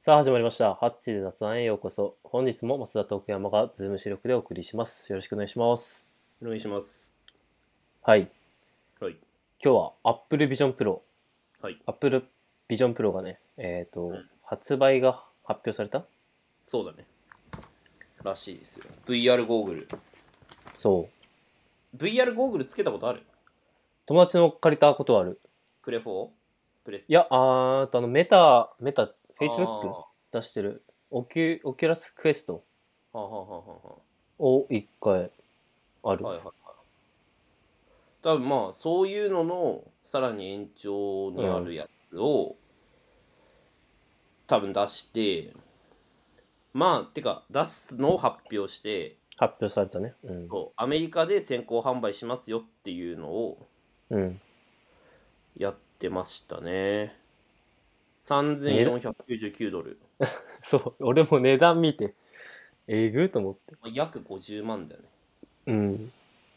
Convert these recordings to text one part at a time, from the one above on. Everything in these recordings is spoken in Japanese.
さあ始まりました。ハッチで雑談へようこそ。本日も増田と奥山がズーム視力でお送りします。よろしくお願いします。 お願いします。 はい。 はい。 今日は Apple Vision Pro。Apple はい。 Vision Pro がね、 うん。 発売が発表された。 そうだね。らしいですよ。VR ゴーグル。 そう。 VR ゴーグルつけたことある？ 友達の借りたことはある。 プレ 4？ プレステ？ いや、メタ、Facebook あ出してるオキュラスクエストあ。はあはあはあはを一回ああ。 る。 はいはい。多分まあ、そういうのの、さらに延長うん。 にあるやつを、多分出して、まあ、てか、出すのを発表して、 発表されたね。うん。 そう、アメリカで先行販売しますよっていうのをうん。 やってましたね。 ね、 $3499。 そう、俺も値段見て、えぐーと思って。 まあ約50万だよね。 うん。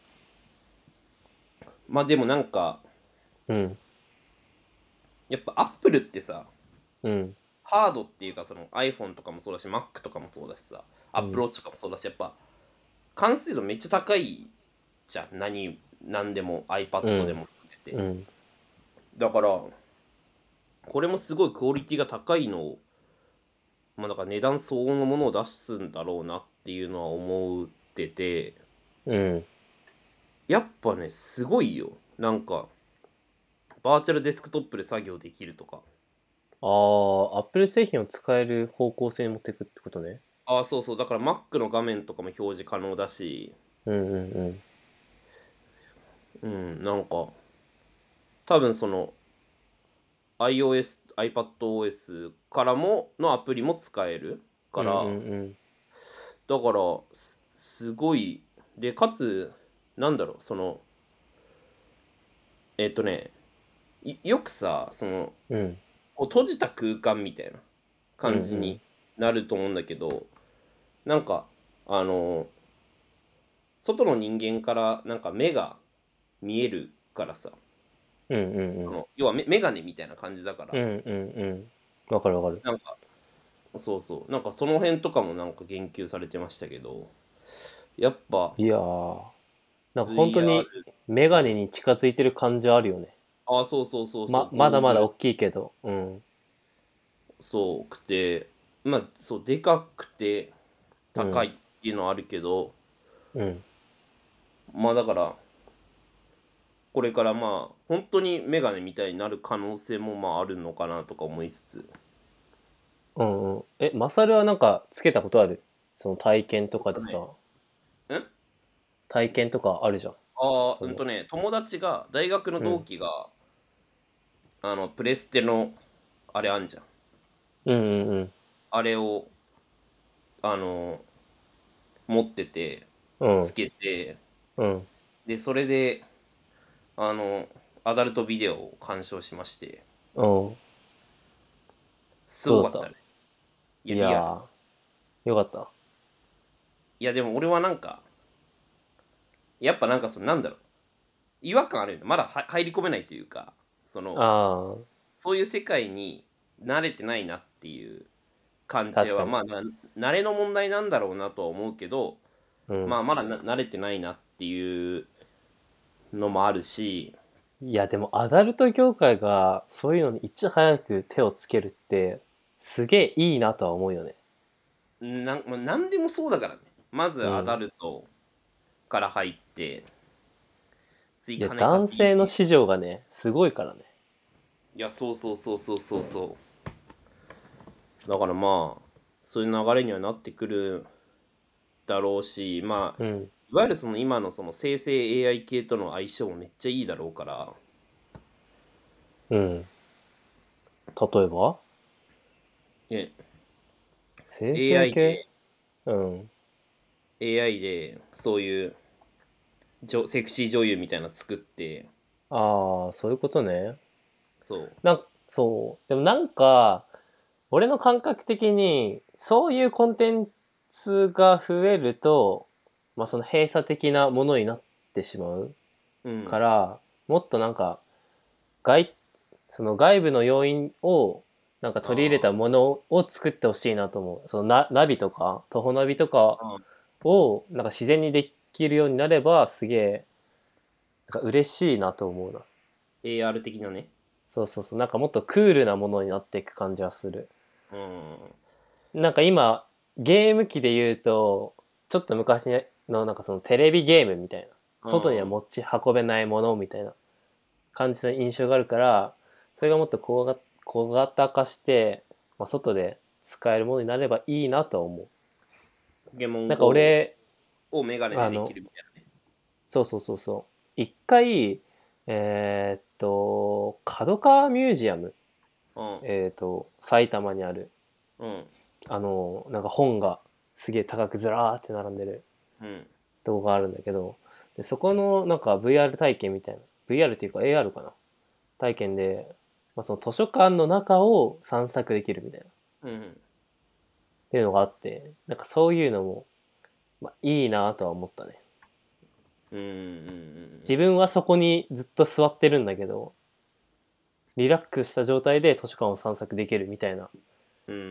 まあでもなんか、 うん。 やっぱアップルってさ、 うん。 ハードっていうかその iPhone とかもそうだし、Mac とかもそうだしさ、 うん。 Apple Watch とかもそうだし、やっぱ完成度めっちゃ高いじゃん。何でもう iPad でん。 も含めて。 うん。 だから、これもすごいクオリティが高いのを、まあだから値段相応のものを出すんだろうなっていうのは思ってて、 うん。 やっぱね、すごいよ。なんか、バーチャルデスクトップで作業できるとか。 ああ、Apple 製品を使える方向性に持っていくってことね。 ああ、そうそう。だから Mac の画面とかも表示可能だし、 うんうんうん。 うん、なんか、多分その iOS、iPadOS からものアプリも使えるうんうんから、 うん。 だからすごい、で、かつ、なんだろう、その、えっとね、よくさ、その、 うん。 こう閉じた空間みたいなうん感じにうん。 なると思うんだけど、なんか、あの、外の人間からなんか目が見えるからさ、 うんうんうん。 要はメガネみたいな感じだから、 うんうんうん。わかるわかる。 なんか、そうそう、なんかその辺とかもなんか言及されてましたけど、やっぱいやー、なんか本当 VR、 にメガネうん。 に近づいてる感じはあるよね。 あ、そうそうそうそう、 まだゴーグル、 まだ大きいけど。うん。 そうくて、まあ、そう、でかくてうん。 高いっていうのはあるけど、 うん。 まあだから、これからまあ、本当にメガネみたいになる可能性もまああるのかなとか思いつつ、 うんうん。マサルはなんかつけたことある？その体験とかでね、 さ、 ん体験とかあるじゃん。 ああ、 その、 友達が、大学の同うん。 期が、プレステの、あれあんじゃん。 うんうんうん。 あれを、あの、持ってて、 うん。 つけて、 うん。 で、それで、あの、アダルトビデオを鑑賞しまして、 うん。 すどうだった？ ごかったね。いや、リアル。 いやー、よかった。 いや、でも俺はなんか、やっぱなんかその、なんだろう、違和感あるよね。まだ入り込めないというか、その、 ああ、 そういう世界に慣れてないなっていう感じは、 確かに。 まあ、慣れの問題なんだろうなとは思うけど、 うん。 まあ、まだ慣れてないなっていうのもあるし、 いや、でもアダルト業界がそういうのにいち早く手をつけるって、すげえいいなとは思うよね。 まあ、なんでもそうだからね。まずアダうん。 ルトから入って、次いや、 金男稼いで、 性の市場がね、すごいからね。 いや、そうそうそうそうそうそう。だからまあ、そういう流れにはなってくるだろうし、まあ、 うん。 いわゆるその今のその生成 AI 系との相性もめっちゃいいだろうから、 うん。例えばね、 生成 AI 系。 で、 うん。 AI でそういうセクシー女優みたいなの作って、 ああ、そういうことね。 そそう。でもなんか、俺の感覚的に、そういうコンテンツが増えると、まあその閉鎖的なものになってしまうう、うん、 から、もっとなんか、外、その外部の要因をなんか取り入れたものを作ってほしいなと思う。そのナビとか、徒歩ナビとかうん。 をなんか自然にできるようになればすげえ、なんか嬉しいなと思うな。 AR 的なね。 そうそうそう。なんかもっとクールなものになっていく感じはする。 うん。 なんか今、ゲーム機で言うと、ちょっと昔のなんかそのテレビゲームみたいな。 うん。 外には持ち運べないものみたいな感じの印象があるから、それがもっと小型化して、まあ、外で使えるものになればいいなとは思う。 ポケモンなんか GO 俺、 をメガネでできあの、 るみたいなね。 そうそうそうそう。一回、角川ミュージアム、 うん。 埼玉にある、 うん。 なんか本がすげえ高くずらーって並んでるうん。 とこがあるんだけど、でそこのなんか VR 体験みたいな、VR っていうか AR かな体験で、まあ、その図書館の中を散策できるみたいな、っうん。 ていうのがあって、なんかそういうのも、まあ、いいなとは思ったね。 うん。うん。 自分はそこにずっと座ってるんだけど、リラックスした状態で図書館を散策できるみたいな、 うん。うん。うん。うん。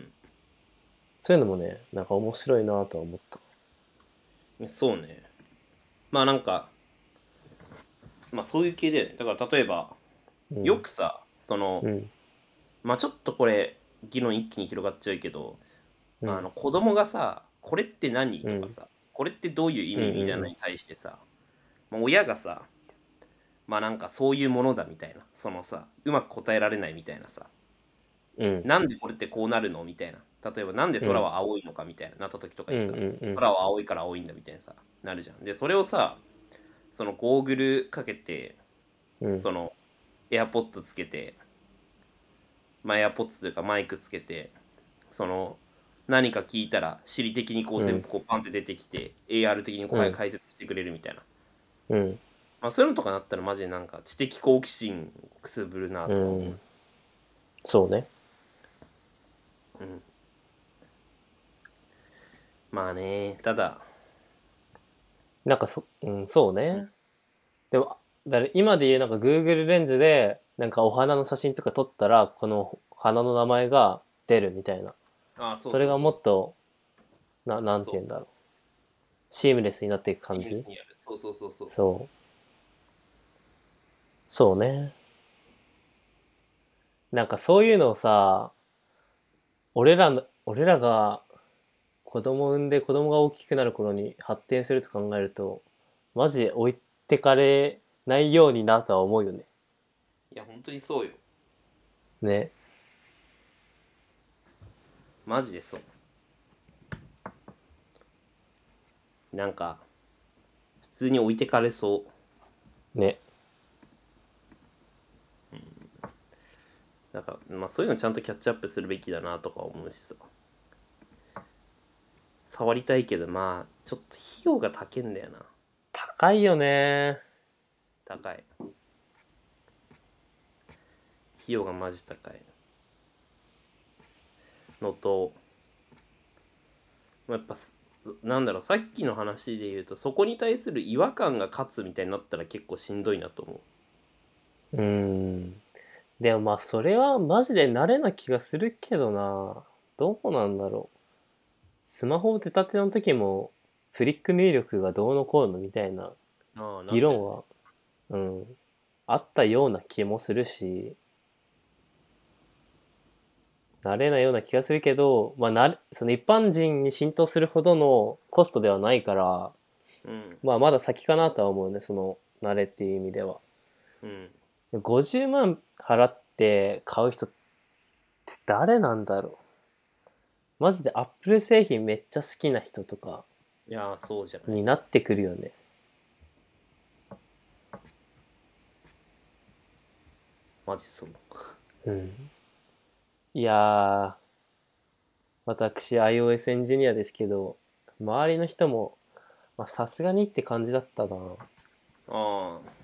そういうのもね、なんか面白いなとは思った。 そうね。まあなんか、まあそういう系だよね。だから例えば、 うん。 よくさ、その、 うん。 まあちょっとこれ、議論一気に広がっちゃうけど、 うん。 子供がさ、これって何うん。 とかさ、これってどういう意うん。 味みたいなのに対してさ、まあ、親がさ、まあなんかそういうものだみたいな、そのさ、うまく答えられないみたいなさ、 うん。 なんでこれってこうなるのみたいな。例えばなんでうん。 空は青いのかみたいな、なった時とかうん。うにさ、 ん。 空は青いから青いんだみたいなさ、なるじゃん。で、それをさ、そのゴーグルかけて、 うん。 その、AirPods つけて、まあ AirPods というかマイクつけて、その、何か聞いたら、地理的にこううん。 全部こうパンって出てきて、AR 的にこううん。 解説してくれるみたいな。 うん。 まあそういうのとかなったらマジでなんか知的好奇心くすぶるなうとは思う。 ん。そうね。 うん。まあね、ただ、 なんかうん、そううん、 ね。でも、今で言うなんか Google レンズで、なんかお花の写真とか撮ったら、この花の名前が出るみたいな。 ああ、そうそれがそうそう。 もっと、なんてそう。 言うんだろう。シームレスになっていくシ感じ。 ームレスにやる。そうそうそうそう。 そう。そうね。なんかそういうのをさ、俺らが子供を産んで子供が大きくなる頃に発展すると考えると、マジで置いてかれないようになとは思うよね。 いや、本当にそうよ。 ね。 マジでそう。なんか、普通に置いてかれそう。 ね。 なんか、まあそういうのちゃんとキャッチアップするべきだなとか思うしさ。触りたいけど、まあ、ちょっと費用が高いんだよな。 高いよね。 高い。費用がマジ高いのと、やっぱなんだろう、さっきの話で言うと、そこに対する違和感が勝つみたいになったら結構しんどいなと思うーん。でもまあそれはマジで慣れな気がするけどな。どうなんだろう。スマホ出たての時もフリック入力がどうのこうのみたいなう。ああ、なったよね。 議論は、うん、あったような気もするし、慣れないような気がするけど、まあその一般人に浸透するほどのコストではないから、 うん。 まあまだ先かなとは思うね、その慣れっていう意味では。 うん。 50万払って買う人って誰なんだろう。マジでアップル製品めっちゃ好きな人とかいやー、そうじゃない。 になってくるよね。 マジそう。 うん。いやー、私 iOS エンジニアですけど、周りの人も、まあさすがにって感じだったな。 ああ。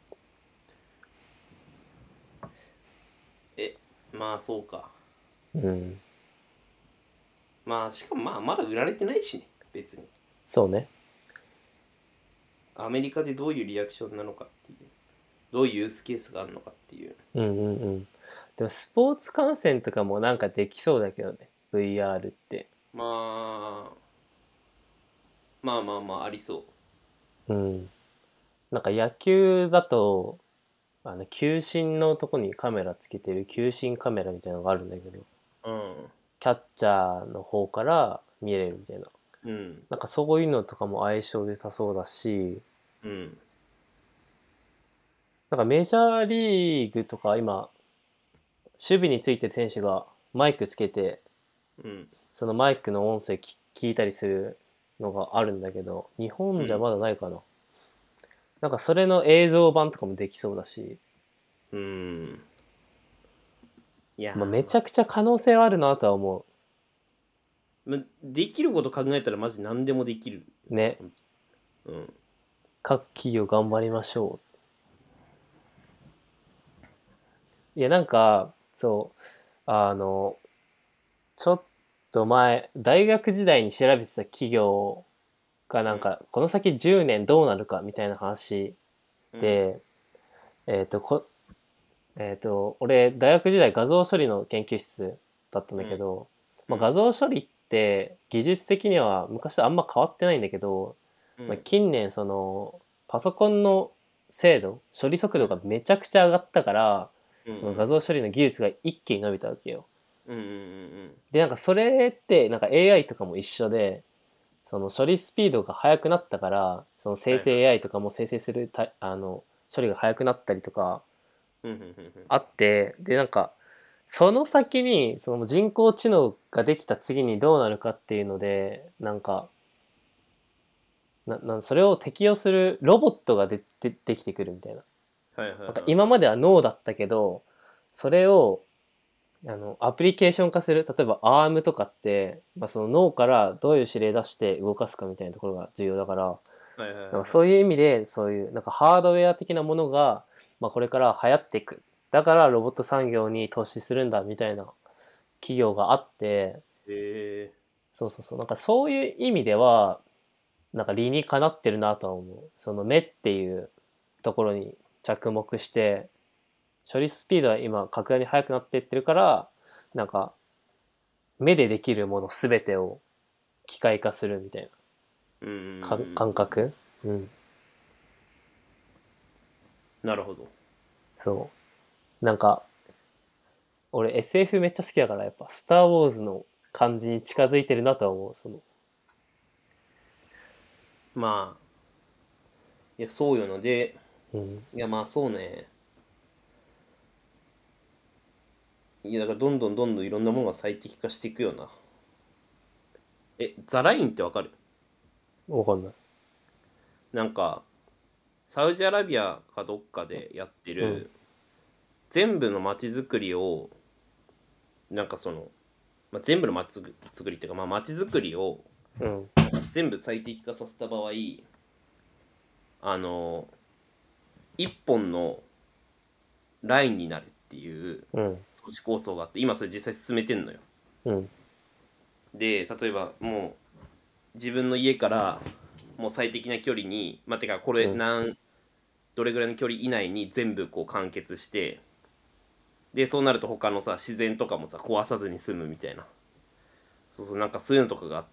まあそうか。 うん。 まあしかもまあまだ売られてないしね、別に。 そうね。 アメリカでどういうリアクションなのかっていう。どういうユースケースがあるのかっていう。 うんうんうん。 でもスポーツ観戦とかもなんかできそうだけどね、 VR って。 まあまあまあまあありそうん。なんか野球だと球審のとこにカメラつけてる球審カメラみたいなのがあるんだけど、 う。うんキャッチャーの方から見れるみたいな。 うんなんかそういうのとかも相性良さそうだし、 うんなんかメジャーリーグとか今、守備についてる選手がマイクつけて、 うんそのマイクの音声聞いたりするのがあるんだけど、日本じゃまだないかな。なんかそれの映像版とかもできそうだし、 うん。いやまあ、めー、 ちゃくちゃ可能性はあるなとは思できること考えたらマジ何でもできる。 う。ね。 うん。 各企業頑張りましょう。いや、なんか、そう、ちょっと前、大学時代に調べてた企業がなんか、この先10年どうなるかみたいな話うんで、えっと、こ、俺、大学時代画像処理の研究室だったんだけど、まあ、画像処理って技術的には昔とあんま変わってないんだけど、まあ、 うん近年そのパソコンの精度、処理速度がめちゃくちゃ上がったから、 うんその画像処理の技術が一気に伸びたわけよ。 うんうんで、なんかそれってなんか AI とかも一緒で、その処理スピードが速くなったから、その生成 AI とかも生成する処理が速くなったりとかうんうんあって、で、なんか、その先に、その人工知能ができた次にどうなるかっていうので、なんか、それを適用するロボットができてくるみたいな。 はいはいはいなんかはい。 今までは脳だったけど、それを、アプリケーション化する。例えば ARM とかって、まあ、その脳からどういう指令出して動かすかみたいなところが重要だから、 はいはいはいなんかはい。 そういう意味で、そういうなんかハードウェア的なものが、まあ、これから流行っていく。だからロボット産業に投資するんだみたいな企業があって、 えそうそうそう。なんかそういう意味では、なんか理にかなってるなとは思う。その目っていうところに着目して、処理スピードは今格段に速くなっていってるから、なんか目でできるものすべてを機械化するみたいなー、うん。 感覚。うん。 なるほど。 そう。なんか、俺 SF めっちゃ好きだから、やっぱスターウォーズの感じに近づいてるなとは思う。 まあ、いや、そうよので、 うん。 いや、まあそうね。いや、だからどんどんどんどんいろんなものが最適化していくよな。ザラインってわかる？ わかんない。 なんか、サウジアラビアかどっかでやってうん。 る、全部の街づくりを、なんかその、まあ、全部の街づくりっていうか、まあ、街づくりをうん。 全部最適化させた場合、あの、一本のラインになるっていううん。 都市構想があって、今それ実際進めてんのよ。 うん。 で、例えばもう自分の家からもう最適な距離に、まあ、てかこうん。 れどれぐらいの距離以内に全部こう完結して、で、そうなると他のさ、自然とかもさ、壊さずに済むみたいな。そうそう、なんかそういうのとかがあって、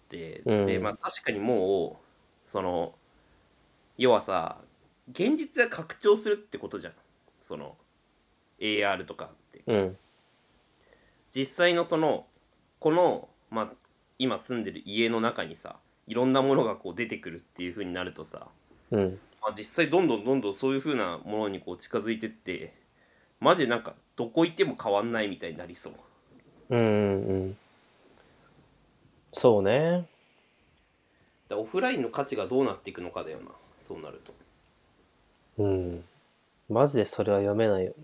で、まあうん。 確かにもう、要はさ、現実が拡張するってことじゃん。その、AR とかって。 うん。 実際のこの、まあ、今住んでる家の中にさ、いろんなものがこう出てくるっていう風になるとさ、 うん。 まあ、実際どんどんどんどんそういう風なものにこう近づいてって、マジでなんかどこ行っても変わんないみたいになりそう。 うん。そうね。 オフラインの価値がどうなっていくのかだよな、そうなると。 うん。マジでそれは読めないよ。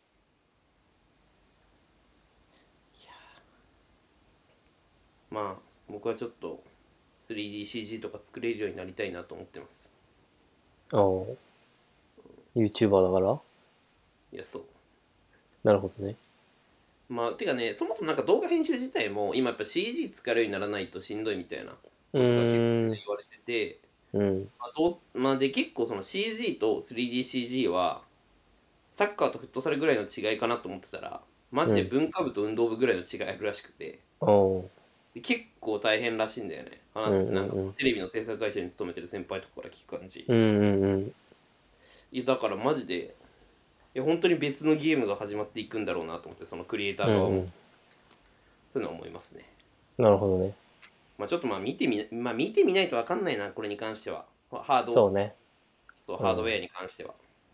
まあ僕はちょっと 3DCG とか作れるようになりたいなと思ってます。 ああ。YouTuber だから。 いや、そう。 なるほどね。 まあてかね、そもそもなんか動画編集自体も今やっぱ CG 使えるようにならないとしんどいみたいなうことが結構ーん。 言われてて、 うん。 まあ、で結構その CG と 3DCG はサッカーとフットサルぐらいの違いかなと思ってたら、 マジで文化部と運動部ぐらいの違いあるらしくて、 おう。 で結構大変らしいんだよね。なんかそのテレビの制作会社に勤めてる先輩とかから聞く感じ。 うんうんうん。 いやだからマジで、いや本当に別のゲームが始まっていくんだろうなと思って、そのクリエイター側も、そういうのは思いますね。 なるほどね。 まあちょっと見てみないと分かんないな、これに関しては。ハード、 そうね。 ハードウェアに関しては。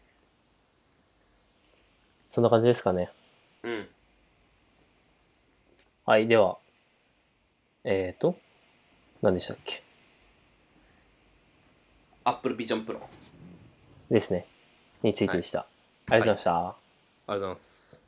そんな感じですかね。 うん。 はい、では、何でしたっけ。 Apple Vision Pro。 ですね。についてでした。ありがとうございました。 ありがとうございます。